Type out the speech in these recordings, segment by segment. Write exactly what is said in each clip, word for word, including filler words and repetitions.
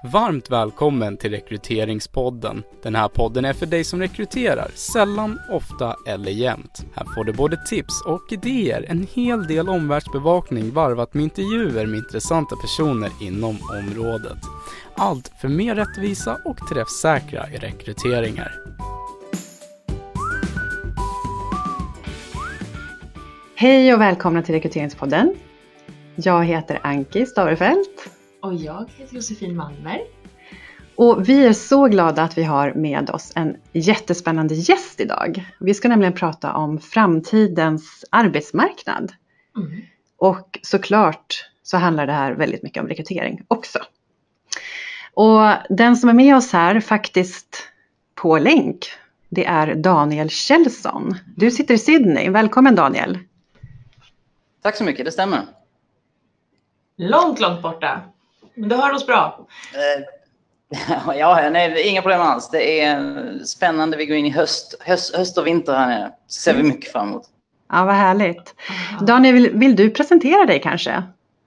Varmt välkommen till Rekryteringspodden. Den här podden är för dig som rekryterar, sällan, ofta eller jämt. Här får du både tips och idéer, en hel del omvärldsbevakning varvat med intervjuer med intressanta personer inom området. Allt för mer rättvisa och träffsäkra rekryteringar. Hej och välkomna till Rekryteringspodden. Jag heter Anki Staverfelt. Och jag heter Josefin Malmer. Och vi är så glada att vi har med oss en jättespännande gäst idag. Vi ska nämligen prata om framtidens arbetsmarknad. Mm. Och såklart så handlar det här väldigt mycket om rekrytering också. Och den som är med oss här faktiskt på länk, det är Daniel Kjellson. Du sitter i Sydney. Välkommen Daniel. Tack så mycket, det stämmer. Långt, långt borta. Men du hör oss bra. Uh, ja, nej, inga problem alls. Det är spännande. Vi går in i höst, höst, höst och vinter här nere. Så ser vi mycket fram emot. Ja, vad härligt. Daniel, vill, vill du presentera dig kanske?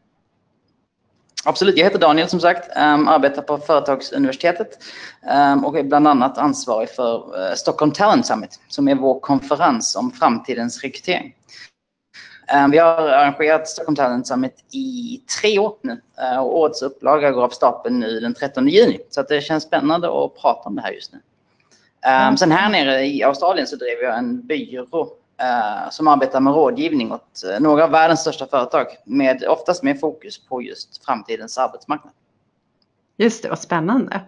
Absolut, jag heter Daniel som sagt. Um, arbetar på Företagsuniversitetet. Um, och är bland annat ansvarig för uh, Stockholm Talent Summit. Som är vår konferens om framtidens rekrytering. Vi har arrangerat Stockholm Talent Summit i tre år nu. Och årets upplaga går av stapeln nu den trettonde juni. Så att det känns spännande att prata om det här just nu. Mm. Sen här nere i Australien så driver jag en byrå uh, som arbetar med rådgivning åt några av världens största företag. Med, oftast med fokus på just framtidens arbetsmarknad. Just det, vad spännande.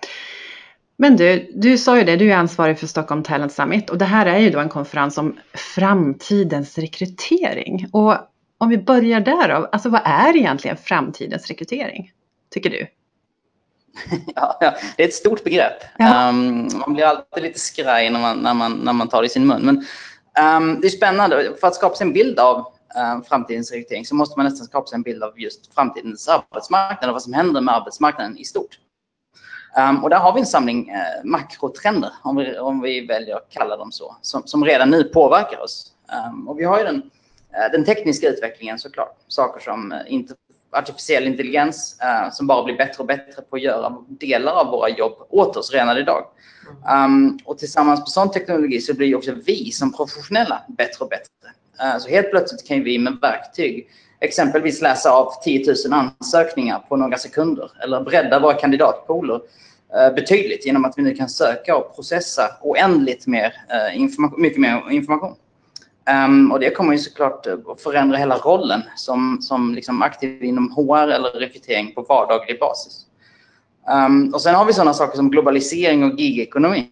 Men du, du sa ju det, du är ansvarig för Stockholm Talent Summit och det här är ju då en konferens om framtidens rekrytering. Och om vi börjar där, alltså vad är egentligen framtidens rekrytering, tycker du? Ja, ja, det är ett stort begrepp. Ja. Um, man blir alltid lite skraj när man, när man, när man tar det i sin mun. Men um, det är spännande, för att skapa sig en bild av um, framtidens rekrytering så måste man nästan skapa sig en bild av just framtidens arbetsmarknad och vad som händer med arbetsmarknaden i stort. Um, och där har vi en samling eh, makrotrender, om vi, om vi väljer att kalla dem så, som, som redan nu påverkar oss. Um, och vi har ju den, eh, den tekniska utvecklingen såklart. Saker som eh, inte, artificiell intelligens eh, som bara blir bättre och bättre på att göra delar av våra jobb åt oss redan idag. Um, och tillsammans med sån teknologi så blir också vi som professionella bättre och bättre. Uh, så helt plötsligt kan vi med verktyg exempelvis läsa av tio tusen ansökningar på några sekunder eller bredda våra kandidatpooler eh, betydligt genom att vi nu kan söka och processa oändligt mer, eh, information, mycket mer information. Um, och det kommer ju såklart att förändra hela rollen som, som liksom aktiv inom H R eller rekrytering på vardaglig basis. Um, och sen har vi sådana saker som globalisering och gigekonomi.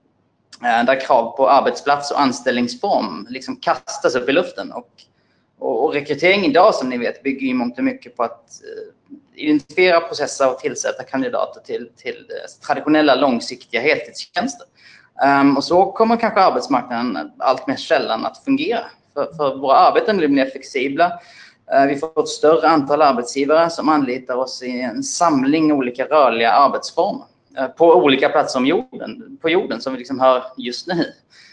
Eh, där krav på arbetsplats och anställningsform liksom kastas upp i luften och Och rekrytering idag, som ni vet, bygger ju mångt och mycket på att identifiera, processa och tillsätta kandidater till, till traditionella långsiktiga heltidstjänster. Um, och så kommer kanske arbetsmarknaden allt mer sällan att fungera. För, för våra arbeten blir mer flexibla. Uh, vi får ett större antal arbetsgivare som anlitar oss i en samling olika rörliga arbetsformer. Uh, på olika platser om jorden, på jorden som vi liksom hör just nu.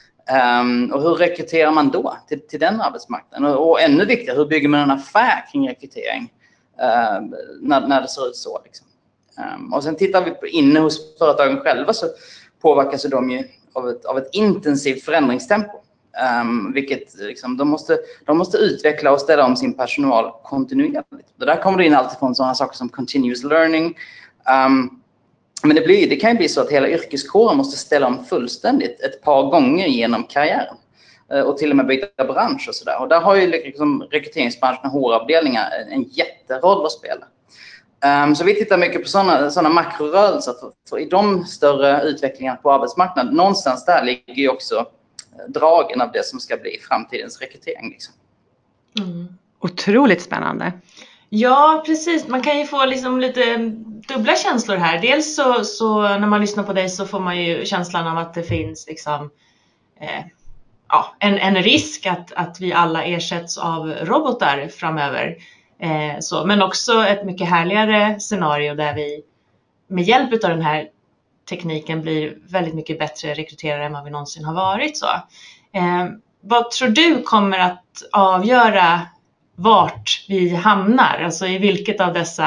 Um, och hur rekryterar man då till, till den arbetsmarknaden? Och, och ännu viktigare, hur bygger man en affär kring rekrytering uh, när, när det ser ut så? Liksom. Um, och sen tittar vi på inne hos företagen själva så påverkas de ju av ett, av ett intensivt förändringstempo. Um, vilket liksom, de, måste, de måste utveckla och ställa om sin personal kontinuerligt. Och där kommer det in allt från sådana saker som continuous learning. Um, Men det, blir, det kan ju bli så att hela yrkeskåren måste ställa om fullständigt ett par gånger genom karriären. Och till och med byta bransch och sådär. Och där har ju liksom rekryteringsbranschen och H R-avdelningar en jätteroll att spela. Um, så vi tittar mycket på sådana, sådana makrorörelser. För, för i de större utvecklingarna på arbetsmarknaden, någonstans där ligger ju också dragen av det som ska bli framtidens rekrytering. Liksom. Mm. Otroligt spännande. Ja, precis. Man kan ju få liksom lite dubbla känslor här. Dels så, så när man lyssnar på dig så får man ju känslan av att det finns liksom, eh, ja, en, en risk att, att vi alla ersätts av robotar framöver. Eh, så. Men också ett mycket härligare scenario där vi med hjälp av den här tekniken blir väldigt mycket bättre rekryterare än vad vi någonsin har varit. Så. Eh, vad tror du kommer att avgöra vart vi hamnar? Alltså i vilket av dessa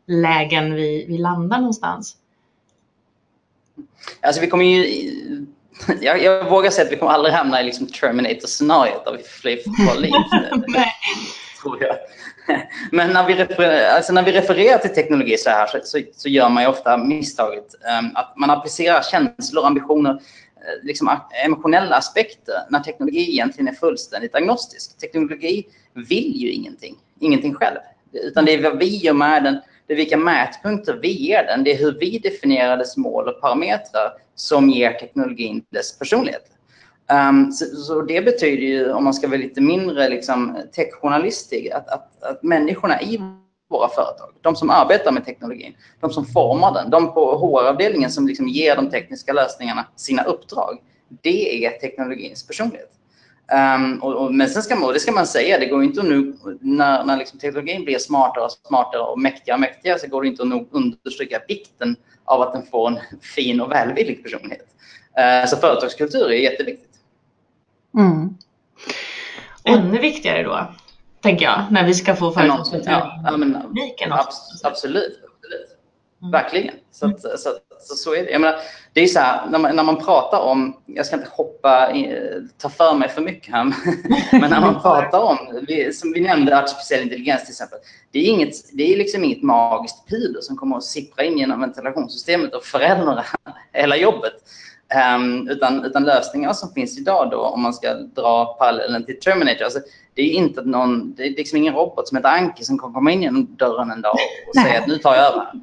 lägen vi, vi landar någonstans? Alltså vi kommer ju, jag, jag vågar säga att vi kommer aldrig hamna i liksom Terminator-scenariot där vi flyr för liv, tror jag. Men när vi, refererar, alltså när vi refererar till teknologi så här så, så, så gör man ju ofta misstaget um, att man applicerar känslor, ambitioner, liksom emotionella aspekter när teknologi egentligen är fullständigt agnostisk. Teknologi vill ju ingenting, ingenting själv. Utan det är vad vi gör med den, det är vilka mätpunkter vi ger den, det är hur vi definierar dess mål och parametrar som ger teknologin dess personlighet. Um, så, så det betyder ju, om man ska vara lite mindre liksom, techjournalistisk, att, att, att människorna i våra företag, de som arbetar med teknologin, de som formar den, de på H R-avdelningen som liksom ger de tekniska lösningarna sina uppdrag, det är teknologins personlighet. Um, och, och, men sen ska man, det ska man säga, det går inte att nu, när, när liksom teknologin blir smartare och smartare och mäktigare och mäktigare, så går det inte att nog understryka vikten av att den får en fin och välvillig personlighet. Uh, så företagskultur är jätteviktigt. Mm. Ännu viktigare då, tänker jag, när vi ska få företagskultur. Ja, ja, men, abs- absolut. Mm. Verkligen. Så, att, så, så, så är det. Jag menar, det är så här, när man, när man pratar om, jag ska inte hoppa, ta för mig för mycket här, men när man pratar om, vi, som vi nämnde, artificiell intelligens till exempel, det är, inget, det är liksom inget magiskt puder som kommer att sippra in genom ventilationssystemet och förändra hela jobbet. Um, utan, utan lösningar som finns idag då, om man ska dra parallellen till Terminator, alltså, det är inte någon, det är liksom ingen robot som heter Anki som kommer komma in genom dörren en dag och säga att nu tar jag över.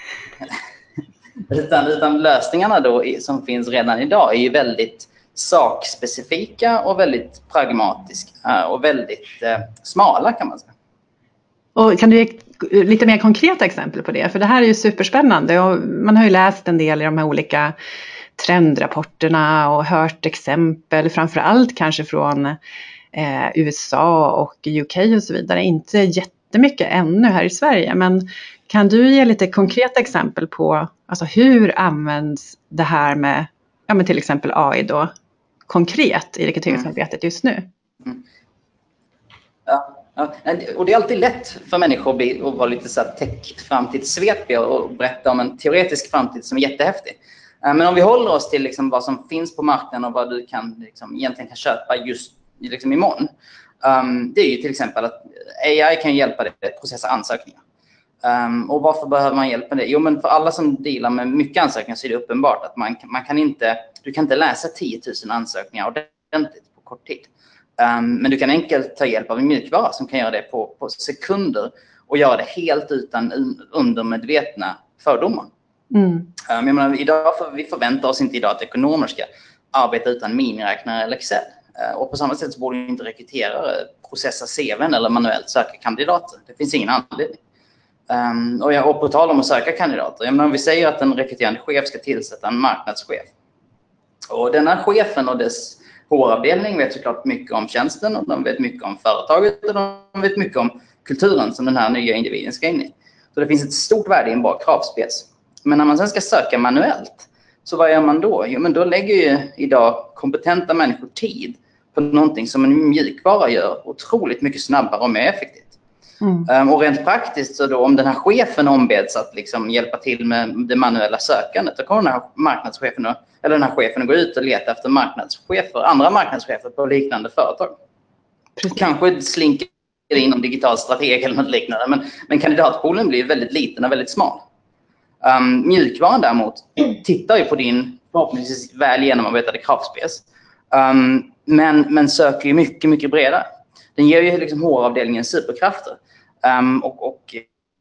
utan, utan lösningarna då som finns redan idag är ju väldigt sakspecifika och väldigt pragmatiska och väldigt eh, smala, kan man säga. Och kan du ge lite mer konkreta exempel på det? För det här är ju superspännande och man har ju läst en del i de här olika trendrapporterna och hört exempel, framförallt kanske från eh, U S A och U K och så vidare. Inte jättemycket ännu här i Sverige, men kan du ge lite konkreta exempel på alltså, hur används det här med ja, men till exempel A I då konkret i rekryteringsarbetet just nu? Mm. Ja. Ja, och det är alltid lätt för människor att, bli, att vara lite så här tech-framtidssvepiga och berätta om en teoretisk framtid som är jättehäftig. Men om vi håller oss till liksom vad som finns på marknaden och vad du kan, liksom, egentligen kan köpa just liksom imorgon. Um, det är ju till exempel att A I kan hjälpa dig att processa ansökningar. Um, och varför behöver man hjälp med det? Jo, men för alla som dealar med mycket ansökningar så är det uppenbart att man, man kan inte, du kan inte läsa tio tusen ansökningar ordentligt på kort tid. Um, men du kan enkelt ta hjälp av en mjukvara som kan göra det på, på sekunder och göra det helt utan undermedvetna fördomar. Mm. Um, jag menar, idag för, vi förväntar oss inte idag att ekonomer ska arbeta utan miniräknare eller Excel. Uh, och på samma sätt så borde inte rekryterare processa C V:n eller manuellt söka kandidater. Det finns ingen anledning. Um, och, jag, och på tal om att söka kandidater, jag menar, om vi säger att en rekryterande chef ska tillsätta en marknadschef. Och denna chefen och dess H R-avdelning vet såklart mycket om tjänsten och de vet mycket om företaget och de vet mycket om kulturen som den här nya individen ska in i. Så det finns ett stort värde i en bra kravspec. Men när man sen ska söka manuellt, så vad gör man då? Jo, men då lägger ju idag kompetenta människor tid på någonting som en mjukvara gör otroligt mycket snabbare och mer effektivt. Mm. Um, och rent praktiskt så då, om den här chefen ombeds att liksom hjälpa till med det manuella sökandet, då kommer den här marknadschefen eller den här chefen att gå ut och leta efter marknadschefer, andra marknadschefer på liknande företag. Precis. Kanske slinker det in en digital strateg eller något liknande, men, men kandidatpoolen blir väldigt liten och väldigt smal. Um, mjukvaran däremot tittar ju på din förhoppningsvis väl genomarbetade kravspec, um, men, men söker ju mycket, mycket bredare. Den ger ju liksom H R-avdelningen superkrafter. Um, och, och,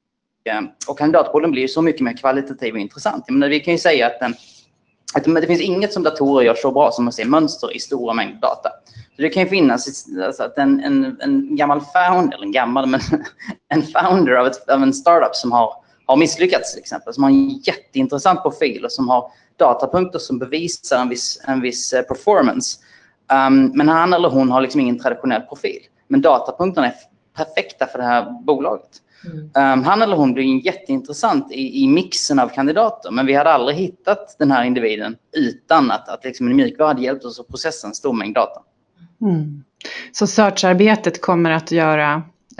och kandidatpoolen blir ju så mycket mer kvalitativ och intressant. Men vi kan ju säga att, den, att det finns inget som datorer gör så bra som att se mönster i stora mängder data. Så det kan ju finnas alltså, att en, en, en gammal founder, eller en gammal, men en founder av, ett, av en startup som har, har misslyckats till exempel, som har en jätteintressant profil och som har datapunkter som bevisar en viss, en viss performance. Um, men han eller hon har liksom ingen traditionell profil. Men datapunkterna är perfekta för det här bolaget. Mm. Um, han eller hon blir jätteintressant i, i mixen av kandidater. Men vi hade aldrig hittat den här individen utan att, att liksom en mjukvara hade hjälpt oss att processa en stor mängd data. Mm. Så searcharbetet kommer att göra,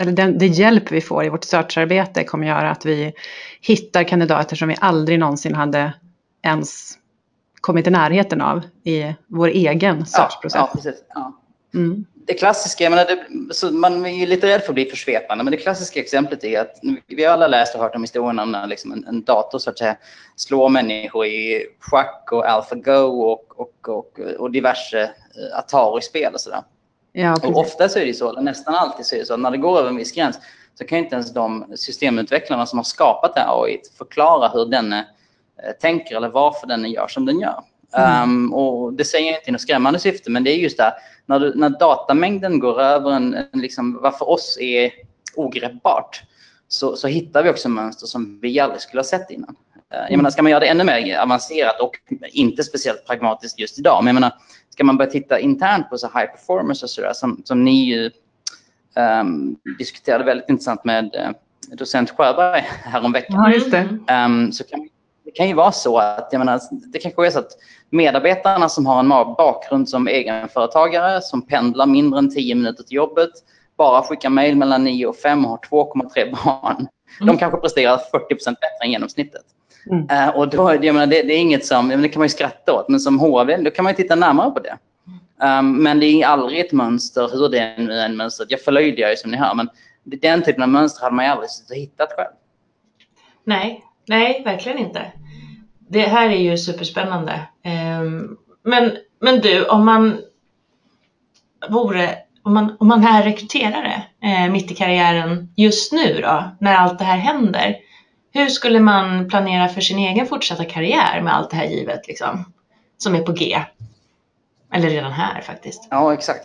eller den, det hjälp vi får i vårt searcharbete kommer göra att vi hittar kandidater som vi aldrig någonsin hade ens kommit i närheten av i vår egen searchprocess. Ja, ja, precis. Ja. Mm. Det klassiska, jag menar, det, så man är ju lite rädd för att bli försvepande, men det klassiska exemplet är att vi har alla läst och hört om historien om när liksom en, en dator så att säga slår människor i schack och AlphaGo och, och, och, och diverse Atari-spel och sådär. Ja, och ofta så är det så, eller nästan alltid så är det så, att när det går över en viss gräns så kan inte ens de systemutvecklarna som har skapat det här A I förklara hur den eh, tänker eller varför den gör som den gör. Mm. Um, och det säger jag inte i något skrämmande syfte, men det är just det när, du, när datamängden går över en, en liksom, vad för oss är ogreppbart, så, så hittar vi också mönster som vi aldrig skulle ha sett innan. Uh, jag menar, ska man göra det ännu mer avancerat och inte speciellt pragmatiskt just idag, men jag menar, ska man börja titta internt på så high performance och sådär, som, som ni ju um, diskuterade väldigt intressant med uh, docent Sjöberg häromveckan. Ja, just det. Um, så kan Det kan ju vara så att, jag menar, det kanske är så att medarbetarna som har en bakgrund som egenföretagare, som pendlar mindre än tio minuter till jobbet, bara skickar mejl mellan nio och fem och har två komma tre barn. Mm. De kanske presterar fyrtio procent bättre än genomsnittet. Mm. Uh, och då, jag menar, det, det är inget som, det kan man ju skratta åt, men som H R V, då kan man ju titta närmare på det. Um, men det är aldrig ett mönster, hur det är nu en mönster. Jag förlöjligar ju som ni hör, men den typen av mönster hade man ju aldrig hittat själv. Nej, nej, verkligen inte. Det här är ju superspännande. Men, men du, om man vore, om man, om man är rekryterare mitt i karriären just nu då, när allt det här händer, hur skulle man planera för sin egen fortsatta karriär med allt det här givet liksom, som är på G? Eller redan här faktiskt. Ja, exakt.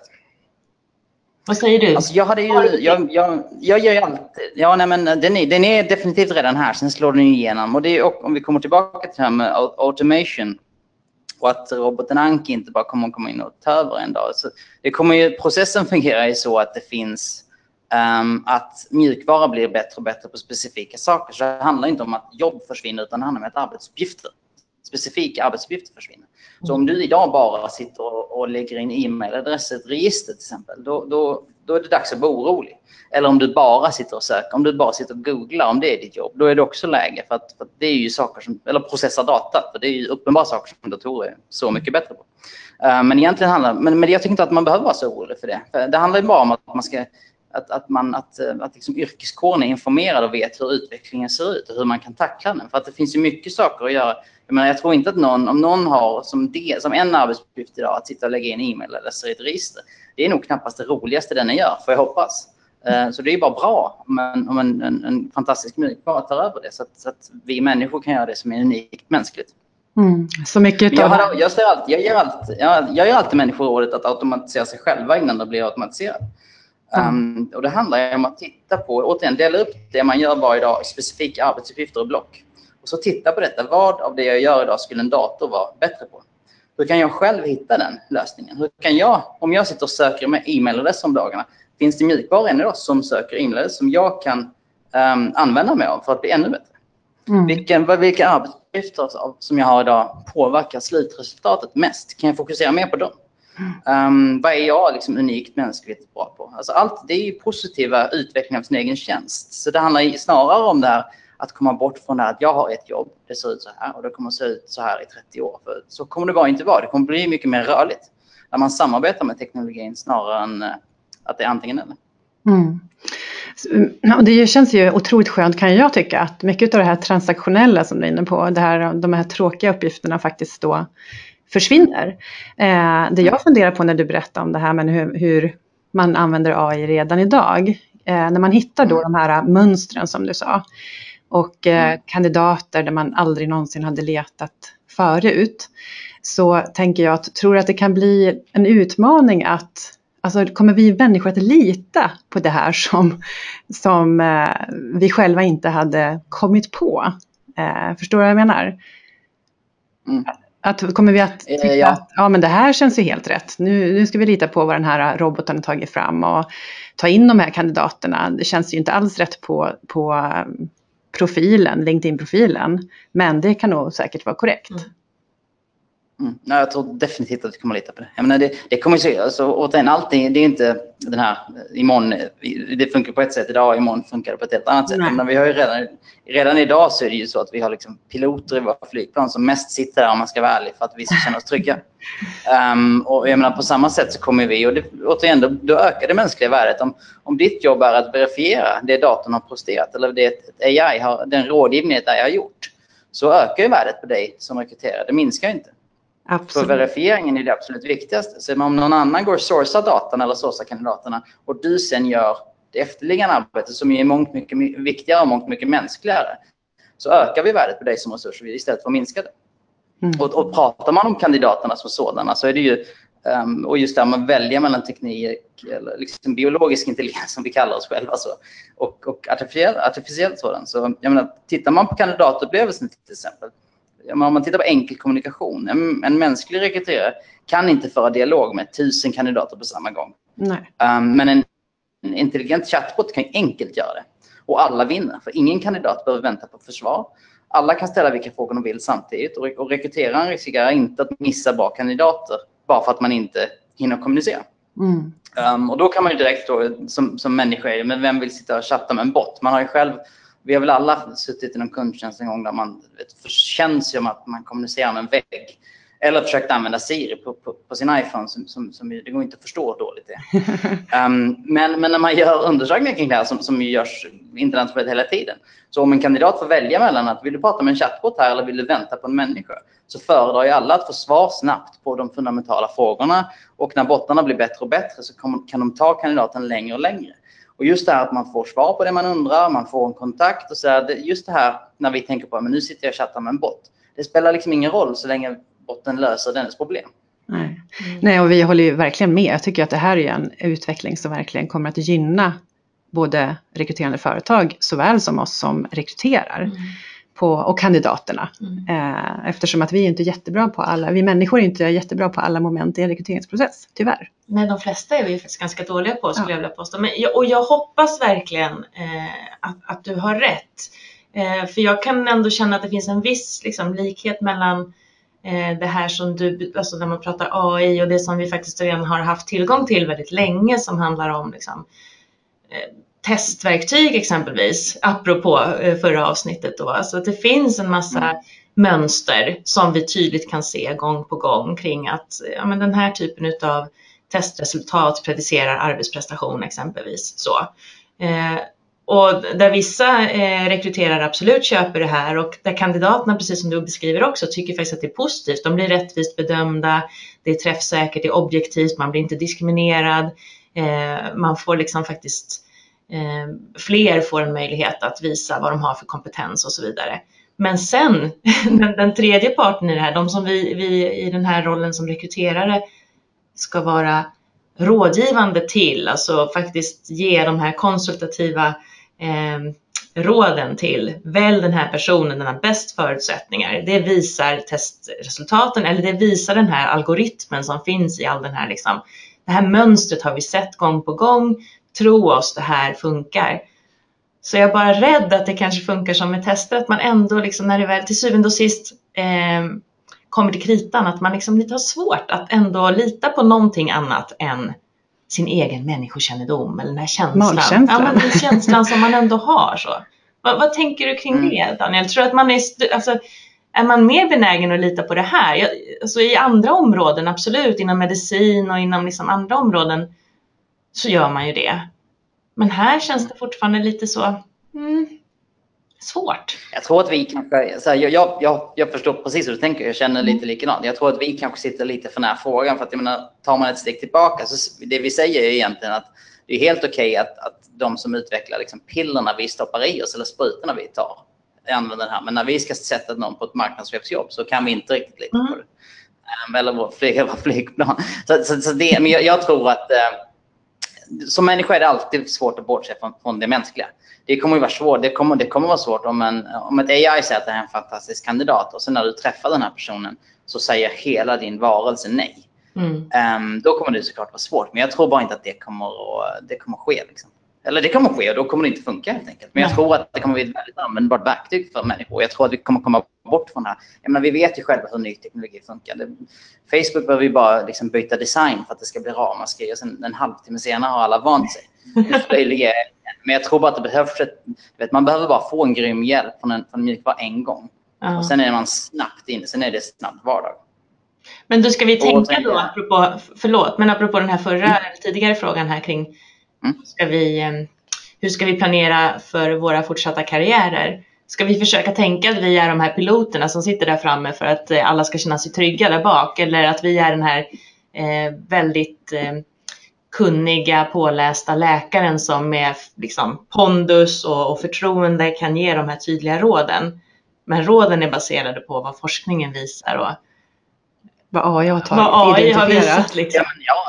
Vad säger du? Alltså jag hade ju, jag, jag, jag gör ju alltid, ja nej men den är, den är definitivt redan här, sen slår den igenom. Och det är, om vi kommer tillbaka till det här med automation och att roboten Anki inte bara kommer att komma in och ta över en dag. Så det kommer ju, processen fungerar ju så att det finns, um, att mjukvara blir bättre och bättre på specifika saker. Så det handlar inte om att jobb försvinner, utan det handlar om att arbetsuppgifter, specifika arbetsuppgifter försvinner. Så om du idag bara sitter och, och lägger in e-mailadresser i ett register till exempel, då, då, då är det dags att vara orolig. Eller om du bara sitter och söker, om du bara sitter och googlar om det är ditt jobb, då är det också läge. För att, för att det är ju saker som, eller processar data, för det är ju uppenbara saker som datorer är så mycket bättre på. Uh, men egentligen handlar, men, men jag tycker inte att man behöver vara så orolig för det. För det handlar ju bara om att man ska, att, att, man, att, att liksom yrkeskåren är informerad och vet hur utvecklingen ser ut och hur man kan tackla den. För att det finns ju mycket saker att göra. Jag menar, jag tror inte att någon, om någon har som, det, som en arbetsuppgift idag att sitta och lägga in e-mail eller läsa i ett register, det är nog knappast det roligaste den gör, för jag hoppas. Uh, så det är bara bra om en, om en, en, en fantastisk mjukvara tar över det, så att, så att vi människor kan göra det som är unikt mänskligt. Mm, så mycket jag, har, jag, ser alltid, jag, ger alltid, jag, jag ger alltid människor rådet att automatisera sig själva innan det blir automatiserat. Mm. Um, och det handlar om att titta på, återigen dela upp det man gör varje dag i specifika arbetsuppgifter och block. Och så titta på detta, vad av det jag gör idag skulle en dator vara bättre på? Hur kan jag själv hitta den lösningen? Hur kan jag, om jag sitter och söker med e-mailadress om dagarna, finns det mjukvara än idag som söker e-mailadress som jag kan um, använda mig av för att bli ännu bättre? Mm. Vilken, vilka arbetsuppgifter som jag har idag påverkar slutresultatet mest? Kan jag fokusera mer på dem? Um, vad är jag liksom unikt mänskligt bra på? Alltså allt, det är ju positiva utveckling av sin egen tjänst. Så det handlar snarare om det här att komma bort från det här att jag har ett jobb, det ser ut så här och det kommer att se ut så här i trettio år. För så kommer det bara inte vara. Det kommer bli mycket mer rörligt när man samarbetar med teknologin snarare än att det är antingen eller. Mm. Det känns ju otroligt skönt, kan jag tycka, att mycket av det här transaktionella som du är inne på, det här, de här tråkiga uppgifterna faktiskt då försvinner. Eh, det jag funderar på när du berättar om det här, men hur, hur man använder A I redan idag, eh, när man hittar då de här mönstren som du sa, och eh, mm. kandidater där man aldrig någonsin hade letat förut, så tänker jag att tror att det kan bli en utmaning att, alltså kommer vi människor att lita på det här som, som eh, vi själva inte hade kommit på? Eh, förstår du vad jag menar? Mm. Att, kommer vi att tycka ja. att ja, men det här känns ju helt rätt. Nu, nu ska vi lita på vad den här roboten har tagit fram och ta in de här kandidaterna. Det känns ju inte alls rätt på, på profilen, LinkedIn-profilen. Men det kan nog säkert vara korrekt. Mm. Mm. Nej, jag tror definitivt att vi kommer att lita på det. Jag menar, det, det kommer ju se, alltså, återigen, allting, det är inte den här imorgon, det funkar på ett sätt idag och imorgon funkar det på ett helt annat sätt. Men vi har ju redan, redan idag så är det ju så att vi har liksom piloter i våra flygplan som mest sitter där, om man ska vara ärlig, för att vi ska känna oss trygga. Um, och jag menar, på samma sätt så kommer vi, och det, återigen, då, då ökar det mänskliga värdet. Om, om ditt jobb är att verifiera det datorn har presterat eller det ett A I har, den rådgivning ett A I har gjort, så ökar ju värdet på dig som rekryterar. Det minskar ju inte. Absolut. För verifieringen är det absolut viktigaste. Så om någon annan går och sourcar datan eller sourcar kandidaterna och du sen gör det efterliggande arbetet som är mångt mycket viktigare och mångt mycket mänskligare, så ökar vi värdet på dig som resurs istället för att minska det. Mm. Och, och pratar man om kandidaterna som sådana, så är det ju, um, och just där man väljer mellan teknik eller liksom biologisk intelligens som vi kallar oss själva så, och, och artificiell, artificiell sådan. Så jag menar, tittar man på kandidatupplevelsen till exempel, om man tittar på enkel kommunikation, en, en mänsklig rekryterare kan inte föra dialog med tusen kandidater på samma gång. Nej. Um, men en, en intelligent chatbot kan enkelt göra det. Och alla vinner, för ingen kandidat behöver vänta på försvar. Alla kan ställa vilka frågor de vill samtidigt, och, och rekryteraren riskerar inte att missa bra kandidater bara för att man inte hinner kommunicera. Mm. Um, och då kan man ju direkt då, som, som människa, men vem vill sitta och chatta med en bot? Man har ju själv, vi har väl alla suttit i någon kundtjänst en gång där man vet, känns som att man kommunicerar med en vägg. Eller försökt använda Siri på, på, på sin iPhone som, som, som det går inte att förstå dåligt det. um, men, men när man gör undersökningar kring det här som, som görs internationellt hela tiden. Så om en kandidat får välja mellan att vill du prata med en chatbot här eller vill du vänta på en människa, så föredrar ju alla att få svar snabbt på de fundamentala frågorna. Och när bottarna blir bättre och bättre så kan, kan de ta kandidaten längre och längre. Och just det här att man får svar på det man undrar, man får en kontakt och så här, just det här när vi tänker på, men nu sitter jag och chattar med en bot. Det spelar liksom ingen roll så länge botten löser dennes problem. Nej. Mm. Nej, och vi håller ju verkligen med. Jag tycker att det här är en utveckling som verkligen kommer att gynna både rekryterande företag såväl som oss som rekryterar mm. på, och kandidaterna. Mm. Eh, eftersom att vi är inte jättebra på alla, vi människor är inte jättebra på alla moment i en rekryteringsprocess, tyvärr. Nej, de flesta är vi faktiskt ganska dåliga på, skulle ja. jag vilja påstå. Men, och jag hoppas verkligen eh, att, att du har rätt. Eh, för jag kan ändå känna att det finns en viss liksom, likhet mellan det här som du, alltså när man pratar A I och det som vi faktiskt redan har haft tillgång till väldigt länge, som handlar om liksom, eh, testverktyg exempelvis, apropå eh, förra avsnittet då. Alltså att det finns en massa mm. mönster som vi tydligt kan se gång på gång kring att ja, men den här typen av testresultat predicerar arbetsprestation exempelvis. Så. Eh, Och där vissa eh, rekryterare absolut köper det här, och där kandidaterna, precis som du beskriver också, tycker faktiskt att det är positivt. De blir rättvist bedömda, det är träffsäkert, det är objektivt, man blir inte diskriminerad. Eh, man får liksom faktiskt, eh, fler får en möjlighet att visa vad de har för kompetens och så vidare. Men sen, den, den tredje parten i det här, de som vi, vi i den här rollen som rekryterare ska vara rådgivande till, alltså faktiskt ge de här konsultativa Eh, råden till, välj den här personen, den har bäst förutsättningar. Det visar testresultaten, eller det visar den här algoritmen som finns i all den här liksom, det här mönstret har vi sett gång på gång, tro oss, det här funkar. Så jag är bara rädd att det kanske funkar som med tester, att man ändå liksom, när det väl till syvende och sist eh, kommer till kritan, att man liksom lite har svårt att ändå lita på någonting annat än sin egen människokännedom, eller den här känslan. Ja, men den känslan som man ändå har. Så. Vad, vad tänker du kring mm. det, Daniel? Tror du att man är, alltså, är man mer benägen att lita på det här? Jag, alltså, i andra områden, absolut, inom medicin och inom liksom andra områden så gör man ju det. Men här känns det fortfarande lite så mm, svårt. Jag tror att vi kanske, så här, jag, jag, jag förstår precis hur du tänker, jag känner lite likadant. Jag tror att vi kanske sitter lite för nära frågan, för att jag menar, tar man ett steg tillbaka så det vi säger är egentligen att det är helt okej okay att, att de som utvecklar liksom pillerna vi stoppar i oss eller sprutorna vi tar använder den här. Men när vi ska sätta någon på ett marknadschefsjobb så kan vi inte riktigt lita på det. Mm. Eller vår flyg, flygplan. Så, så, så det, men jag, jag tror att som människa är det alltid svårt att bortse från, från det mänskliga. Det kommer ju vara svårt. Det kommer, det kommer vara svårt om, en, om ett A I säger att det är en fantastisk kandidat och sen när du träffar den här personen så säger hela din varelse nej. Mm. Um, då kommer det såklart vara svårt. Men jag tror bara inte att det kommer att, det kommer att ske. Liksom. Eller det kommer ske och då kommer det inte funka helt enkelt. Men jag tror att det kommer bli ett väldigt användbart verktyg för människor. Jag tror att vi kommer komma bort från det här. Jag menar, vi vet ju själva hur ny teknologi funkar. Det, Facebook behöver ju bara liksom byta design för att det ska bli ramaskri. Och sen en halvtimme senare har alla vant sig. Men jag tror bara att det behövs ett, vet, man behöver bara få en grym hjälp från en, från en mjukvara en gång. Uh-huh. Och sen är man snabbt in. Sen är det snabbt vardag. Men då ska vi tänka då, apropå, förlåt, men apropå den här förra, mm. tidigare frågan här kring mm. ska vi, hur ska vi planera för våra fortsatta karriärer? Ska vi försöka tänka att vi är de här piloterna som sitter där framme för att alla ska känna sig trygga där bak? Eller att vi är den här eh, väldigt eh, kunniga, pålästa läkaren som med liksom, pondus och, och förtroende kan ge de här tydliga råden. Men råden är baserade på vad forskningen visar och vad A I har tagit, vad A I har visat liksom. Ja, men ja.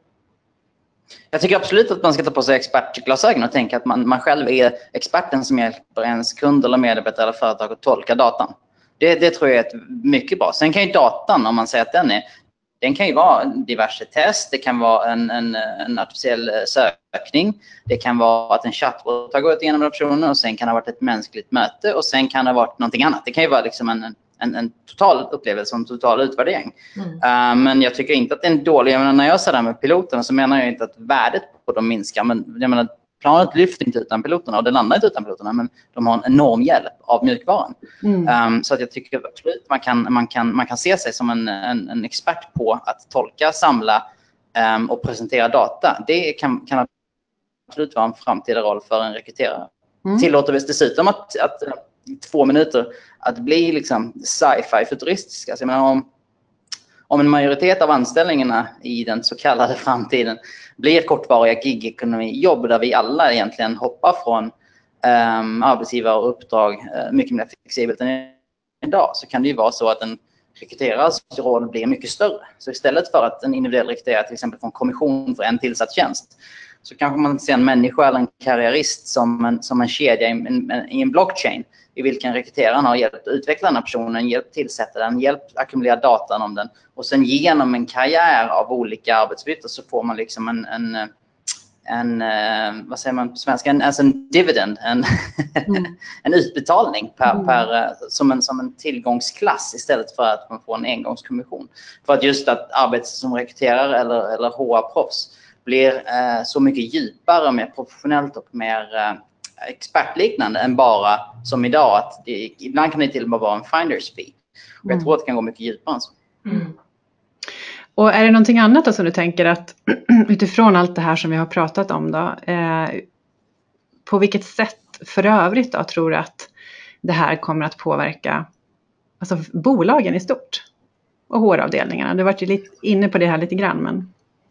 Jag tycker absolut att man ska ta på sig expertglasögon och tänka att man, man själv är experten som hjälper ens kund eller medarbetare eller företag att tolka datan. Det, det tror jag är ett mycket bra. Sen kan ju datan, om man säger att den är, den kan ju vara diverse test, det kan vara en, en, en artificiell sökning, det kan vara att en chatbot har gått igenom optionen och sen kan det ha varit ett mänskligt möte och sen kan det ha varit någonting annat. Det kan ju vara liksom en En, en total upplevelse, en total utvärdering. Mm. Uh, men jag tycker inte att det är en dålig... Jag menar, när jag säger det här med piloterna så menar jag inte att värdet på dem minskar. Men jag menar, planet lyfter inte utan piloterna och det landar inte utan piloterna. Men de har en enorm hjälp av mjukvaran. Mm. Um, så att jag tycker absolut man kan, man kan, man kan se sig som en, en, en expert på att tolka, samla um, och presentera data. Det kan, kan absolut vara en framtida roll för en rekryterare. Mm. Tillåter vi dessutom att... att två minuter att bli liksom sci-fi futuristisk. Alltså jag menar, om, om en majoritet av anställningarna i den så kallade framtiden blir kortvariga gig-ekonomi-jobb där vi alla egentligen hoppar från um, arbetsgivare och uppdrag uh, mycket mer flexibelt än idag, så kan det ju vara så att en rekryterares roll blir mycket större. Så istället för att en individuell rekryterare till exempel får en kommission för en tillsatt tjänst, så kanske man ser en människa eller en karriärist som en, som en kedja i en, i en blockchain i vilken rekryteraren har hjälpt utveckla den här personen, hjälpt tillsätta den, hjälpt ackumulera datan om den. Och sen genom en karriär av olika arbetsbyten så får man liksom en, en, en vad säger man på svenska, en, alltså en dividend, en, mm. en utbetalning per, mm. per, som, en, som en tillgångsklass istället för att man får en engångskommission. För att just att arbetet som rekryterare eller, eller H R-proffs blir eh, så mycket djupare, mer professionellt och mer eh, expertliknande än bara som idag. Att det, ibland kan det till och med vara en finder's fee. Och jag tror att det kan gå mycket djupare än så. Mm. Och är det någonting annat då som du tänker att utifrån allt det här som vi har pratat om då, eh, på vilket sätt för övrigt då tror du att det här kommer att påverka alltså bolagen i stort och H R-avdelningarna? Du har varit ju lite inne på det här lite grann, men...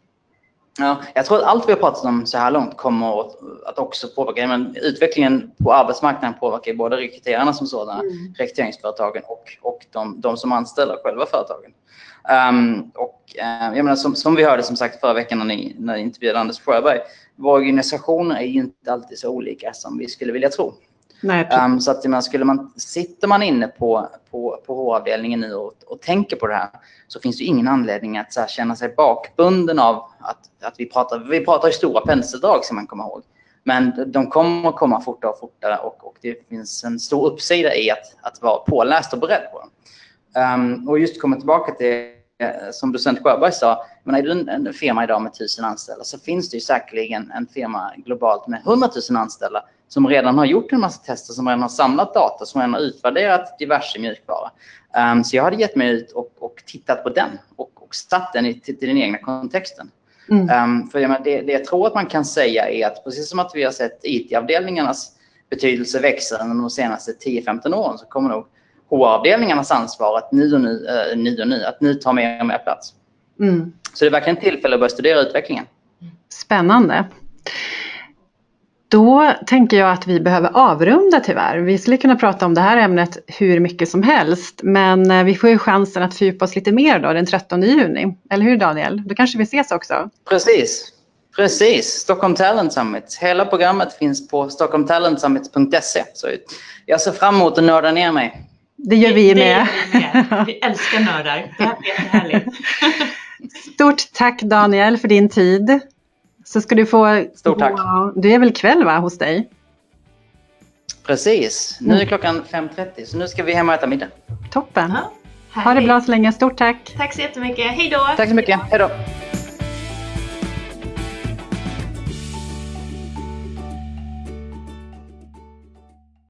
Ja, jag tror att allt vi har pratat om så här långt kommer att också påverka. Men utvecklingen på arbetsmarknaden påverkar både rekryterarna som sådana, mm. rekryteringsföretagen och, och de, de som anställer själva företagen. Um, och uh, jag menar, som, som vi hörde som sagt förra veckan när ni, när ni intervjuade Anders Sjöberg, våra organisationer är ju inte alltid så olika som vi skulle vilja tro. Nej, um, så att, menar, skulle man, sitter man inne på, på, på H R-avdelningen nu och, och tänker på det här, så finns det ingen anledning att så här, känna sig bakbunden av att, att vi pratar vi pratar i stora penseldrag som man kommer ihåg. Men de kommer att komma fortare och fortare och, och det finns en stor uppsida i att, att vara påläst och beredd på dem. Um, och just komma tillbaka till, som docent Sjöberg sa, men är du en, en firma idag med tusen anställda så finns det ju säkerligen en firma globalt med hundratusen anställda som redan har gjort en massa tester, som redan har samlat data, som redan har utvärderat diverse mjukvara. Um, så jag hade gett mig ut och, och tittat på den och, och satt den i, till, till den egna kontexten. Mm. Um, för jag menar, det, det jag tror att man kan säga är att precis som att vi har sett I T-avdelningarnas betydelse växa under de senaste tio femton åren, så kommer nog H R-avdelningarnas ansvar att nu och nu, äh, nu och nu, att nu ta mer och mer plats. Mm. Så det är verkligen tillfälle att börja studera utvecklingen. Spännande. Då tänker jag att vi behöver avrunda tyvärr. Vi skulle kunna prata om det här ämnet hur mycket som helst. Men vi får ju chansen att fördjupa oss lite mer då den trettonde juni. Eller hur Daniel? Då kanske vi ses också. Precis. Precis. Stockholm Talent Summit. Hela programmet finns på stockholm talent summit punkt se. Så jag ser fram emot att nörda ner mig. Det gör vi med. Det gör vi med. Vi älskar nördar. Det här blir jättehärligt. Stort tack Daniel för din tid. Så ska du få... Stort tack. Det är väl kväll va, hos dig? Precis. Nu är klockan fem trettio så nu ska vi hem och äta middag. Toppen. Ja, ha det bra så länge. Stort tack. Tack så jättemycket. Hej då. Tack så mycket. Hej då.